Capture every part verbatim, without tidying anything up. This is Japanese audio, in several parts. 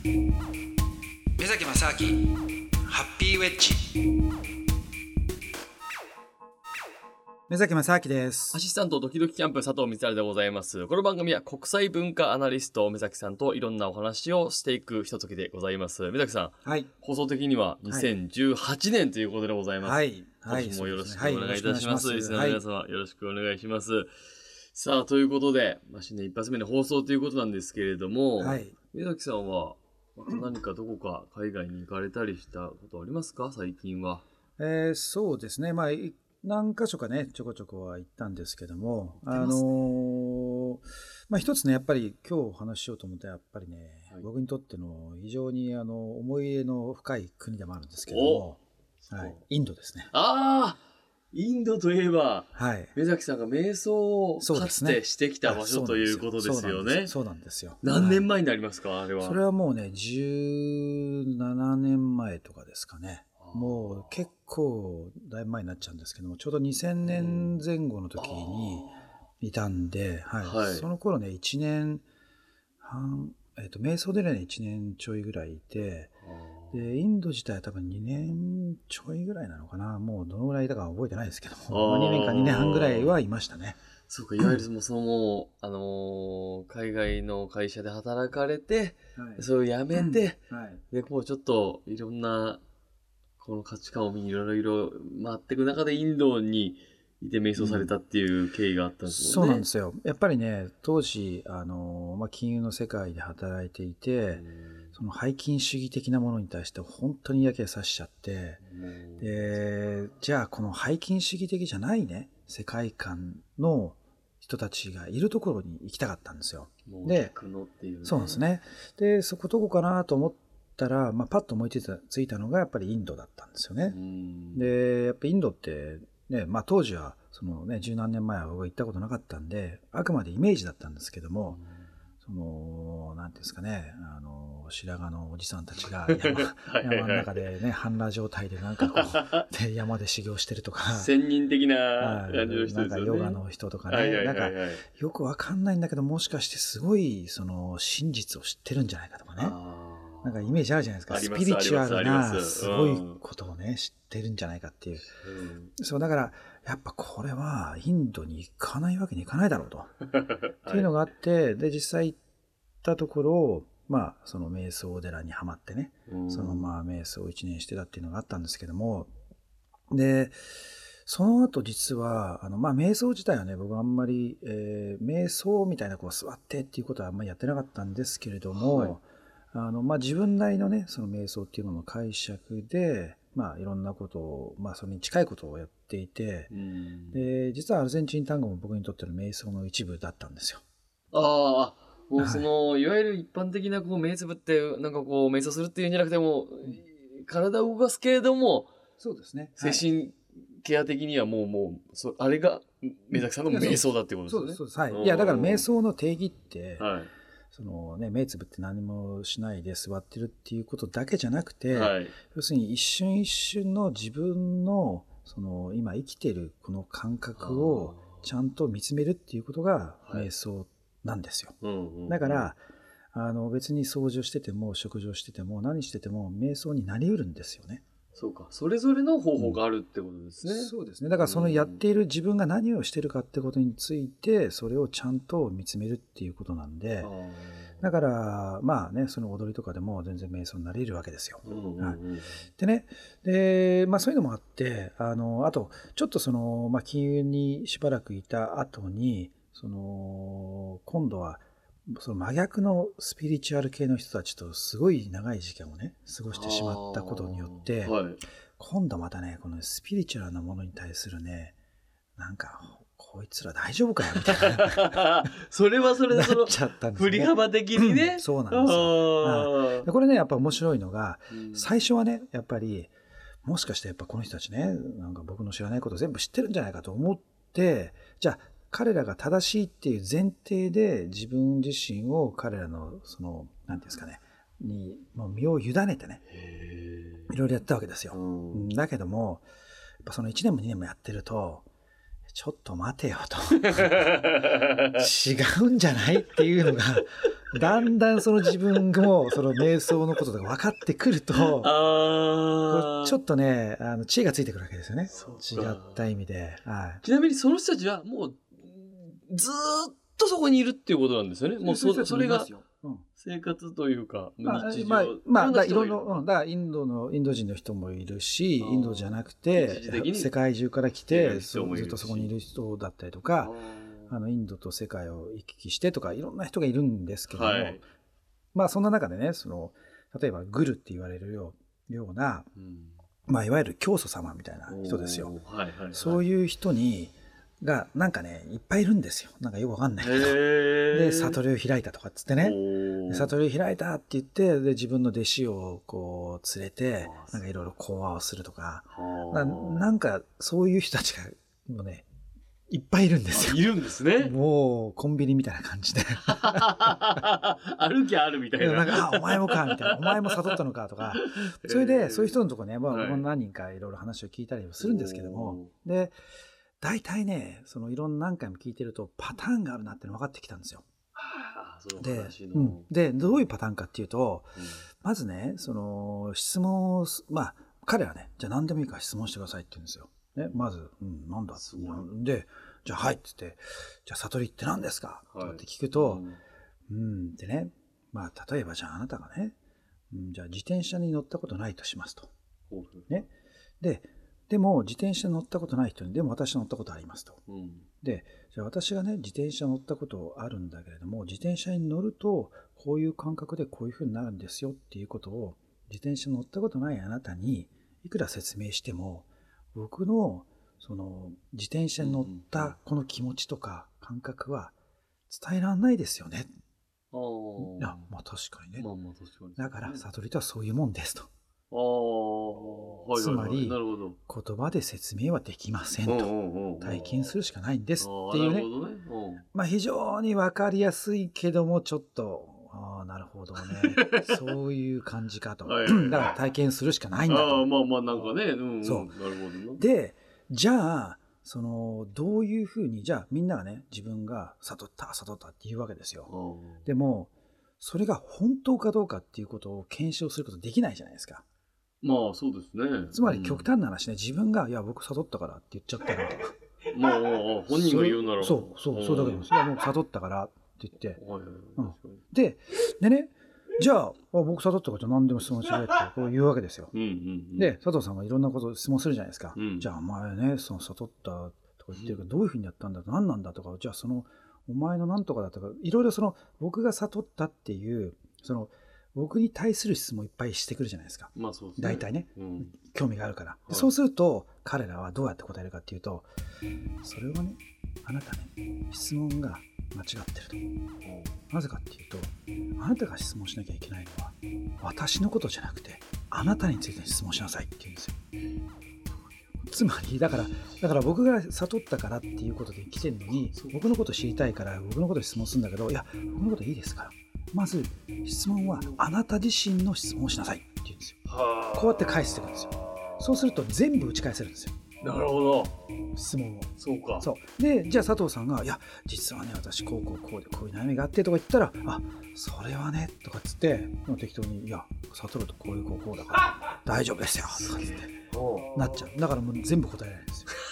目崎正明ハッピーウェッジ。目崎正明です。 アシスタントドキドキキャンプ佐藤光晴でございます。この番組は国際文化アナリスト目崎さんといろんなお話をしていくひとときでございます。目崎さん、 はい、 放送的にはにせんじゅうはちねんということでございます。 はい、はい、 今年もよろしくお願いいたします。リスナーの皆様、 はよろしくお願いします。さあ、ということで、まあ、新年一発目の放送ということなんですけれども、はい、目崎さんは何かどこか海外に行かれたりしたことありますか、最近は。 えー、そうですね、まあ何箇所かねちょこちょこは行ったんですけども、あのー、まあ一つねやっぱり今日お話ししようと思ったらやっぱりね、はい、僕にとっての非常にあの思い入れの深い国でもあるんですけども、はい、インドですね。 ああ、インドといえば、はい、目崎さんが瞑想をかつてしてきた場所ということですよね。 そうなんですよ。 何年前になりますか、はい、あれは。 それはもうねじゅうななねんまえとかですかね。もう結構だいぶ前になっちゃうんですけども、ちょうどにせんねんぜん後の時にいたんで、はいはい、その頃ねいちねんはん、えーと、瞑想でねいちねんちょいぐらいいて、でインド自体は多分にねんちょいぐらいなのかな、もうどのぐらいだか覚えてないですけども、まあ、にねんかにねんはんぐらいはいましたね。 そうか、いわゆるもうその、あのー、海外の会社で働かれて、はい、それを辞めて、うんはい、でこうちょっといろんなこの価値観を見にいろいろ回っていく中でインドにいて瞑想されたっていう経緯があったんですもんね。 そうなんですよ。やっぱりね当時あの、まあ、金融の世界で働いていて、その背筋主義的なものに対して本当に嫌気がさしちゃって、でじゃあこの背筋主義的じゃないね世界観の人たちがいるところに行きたかったんですよ。で、ね、そうなんですね。でそこどこかなと思ったら、まあ、パッと思いついた、ついたのがやっぱりインドだったんですよね。でやっぱりインドってね、まあ、当時はそのね十何年前は僕は行ったことなかったんであくまでイメージだったんですけども、そのなんていうんですかね、あの白髪のおじさんたちが 山, 山の中でね半裸状態でなんかこうで山で修行してるとか仙人的な感じの人ですよね。 なんかヨガの人とかね、はいはいはいはい、なんかよくわかんないんだけどもしかしてすごいその真実を知ってるんじゃないかとかね、なんかイメージあるじゃないですか。スピリチュアルなすごいことをね知ってるんじゃないかっていう、うん、そうだからやっぱこれはインドに行かないわけにいかないだろうと、はい、っていうのがあって、で実際行ったところまあその瞑想寺にはまってね、うん、そのまあ瞑想をいちねんしてたっていうのがあったんですけども、でその後実はあのまあ瞑想自体はね僕はあんまり、えー、瞑想みたいなこう座ってっていうことはあんまりやってなかったんですけれども、はい、あのまあ、自分なりのねその瞑想っていうものの解釈で、まあ、いろんなことを、まあ、それに近いことをやっていて、うん、で実はアルゼンチン単語も僕にとっての瞑想の一部だったんですよ。 ああ、もうその、はい、いわゆる一般的なこう目つぶってなんかこう瞑想するっていうんじゃなくても、うん、体を動かすけれども、 そうですね、 精神ケア的にはもうもうそあれが目崎さんの瞑想だっていうことですね。 そうです、はい、いやだから瞑想の定義って、はい、そのね、目つぶって何もしないで座ってるっていうことだけじゃなくて、はい、要するに一瞬一瞬の自分のその今生きてるこの感覚をちゃんと見つめるっていうことが瞑想なんですよ。はい、うんうんうん、だからあの別に掃除をしてても食事をしてても何してても瞑想になりうるんですよね。 そうか、それぞれの方法があるってことですね。 うん、そうですね。だからそのやっている自分が何をしているかってことについてそれをちゃんと見つめるっていうことなんで、だからまあねその踊りとかでも全然瞑想になれるわけですよ。うんうんうん、はい、でねで、まあ、そういうのもあってあのあとちょっとその、まあ、金融にしばらくいた後にその今度はその真逆のスピリチュアル系の人たちとすごい長い時間をね過ごしてしまったことによって、はい、今度またねこのスピリチュアルなものに対するねなんかこいつら大丈夫かよみたいなそれはそれでそのなっちゃったんですね、 振り幅的にね、 うん、そうなんですよ。でこれねやっぱ面白いのが、うん、最初はねやっぱりもしかしてやっぱこの人たちねなんか僕の知らないこと全部知ってるんじゃないかと思って、じゃあ彼らが正しいっていう前提で自分自身を彼らのその何ていうんですかねにもう身を委ねてねいろいろやったわけですよ。うん、だけどもやっぱそのいちねんもにねんもやってるとちょっと待てよと違うんじゃないっていうのがだんだんその自分もその瞑想のこととか分かってくるとあちょっとねあの知恵がついてくるわけですよね。違った意味で、はい、 ちなみにその人たちはもうずーっとそこにいるっていうことなんですよね。もう そ, それが生活というか日常、 まあまあ、まあ、いろいろ、うん、だからインドのインド人の人もいるしインドじゃなくて世界中から来てずっとそこにいる人だったりとかあのインドと世界を行き来してとかいろんな人がいるんですけども、はい、まあそんな中でねその例えばグルって言われるよう, ような、うんまあ、いわゆる教祖様みたいな人ですよ、はいはいはい、そういう人にがなんかねいっぱいいるんですよ。なんかよくわかんないけどで悟りを開いたとかっつってね悟りを開いたって言ってで自分の弟子をこう連れてなんかいろいろ講話をするとか な, なんかそういう人たちがもうねいっぱいいるんですよ。 いるんですね。 もうコンビニみたいな感じで歩きゃあるみたいな。 なんかあお前もかみたいなお前も悟ったのかとかそれでそういう人のとこね、まあ、はい、何人かいろいろ話を聞いたりするんですけどもで大体ねそのいろんな何回も聞いてるとパターンがあるなっての分かってきたんですよ。 はあ、そうで、うん、でどういうパターンかっていうと、うん、まずねその質問をまあ彼はねじゃあ何でもいいから質問してくださいって言うんですよ。ね、まず、うん、なんだでじゃあはいっつってじゃあ悟りって何ですか、はい、とかって聞くと、うん、うんでねまあ例えばじゃああなたがね、うん、じゃあ自転車に乗ったことないとしますと、ね、ででも自転車乗ったことない人にでも私乗ったことありますと、うん、でじゃあ私がね自転車乗ったことあるんだけれども自転車に乗るとこういう感覚でこういう風になるんですよっていうことを自転車乗ったことないあなたにいくら説明しても僕のその自転車に乗ったこの気持ちとか感覚は伝えられないですよね。 うん、 いやまあ確かにね、 まあまあ確かにだから悟りとはそういうもんですと。 あはいはいはい、つまり言葉で説明はできませんと体験するしかないんですっていうね、ねまあ非常に分かりやすいけどもちょっとああなるほどねそういう感じかとだから体験するしかないんだとあまあまあなんかね、うんうん、 そうなるほどでじゃあそのどういうふうにじゃあみんながね自分が悟った悟ったって言うわけですよ。でもそれが本当かどうかっていうことを検証することできないじゃないですか。 まあそうですね。 つまり極端な話ね、うん、自分がいや僕悟ったからって言っちゃったらまあ本人が言うならそうそうそうだけどいやもう悟ったからって言って、うん、ででねじゃあ僕悟ったからじゃあ何でも質問してくれってこう言うわけですよ。うんうんうん、で佐藤さんはいろんなこと質問するじゃないですか、うん、じゃあお前ねその悟ったとか言ってるけどどういうふうにやったんだと何なんだとかじゃあそのお前の何とかだとかいろいろその僕が悟ったっていうその僕に対する質問いっぱいしてくるじゃないですか、 まあそうですね、 大体ね、うん、興味があるから、 はい、 そうすると彼らはどうやって答えるかっていうとそれはねあなたね質問が間違ってると、うん、なぜかっていうとあなたが質問しなきゃいけないのは私のことじゃなくてあなたについて質問しなさいって言うんですよ。つまりだからだから僕が悟ったからっていうことで来てるのに僕のこと知りたいから僕のこと質問するんだけどいや僕のこといいですからまず質問はあなた自身の質問をしなさいって言うんですよ。こうやって返していくんですよ。そうすると全部打ち返せるんですよ。 なるほど。 質問を。 そうか。 そうでじゃあ佐藤さんがいや実はね私こうこうこうでこういう悩みがあってとか言ったらあそれはねとかっつって適当にいや悟るとこういうこうこうだから大丈夫ですよとかっつってなっちゃう。だからもう全部答えられ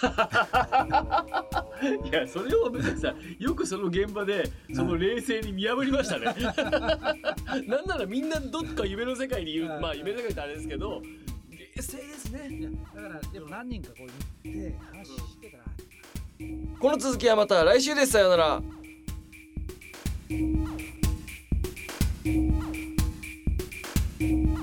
ないんですよ。 いやそれを別にさよくその現場でその冷静に見破りましたね。なんならみんなどっか夢の世界にいるまあ夢の世界ってあれですけど冷静ですね。 いやだからでも何人かこう言って話してからこの続きはまた来週です。さよなら。 うん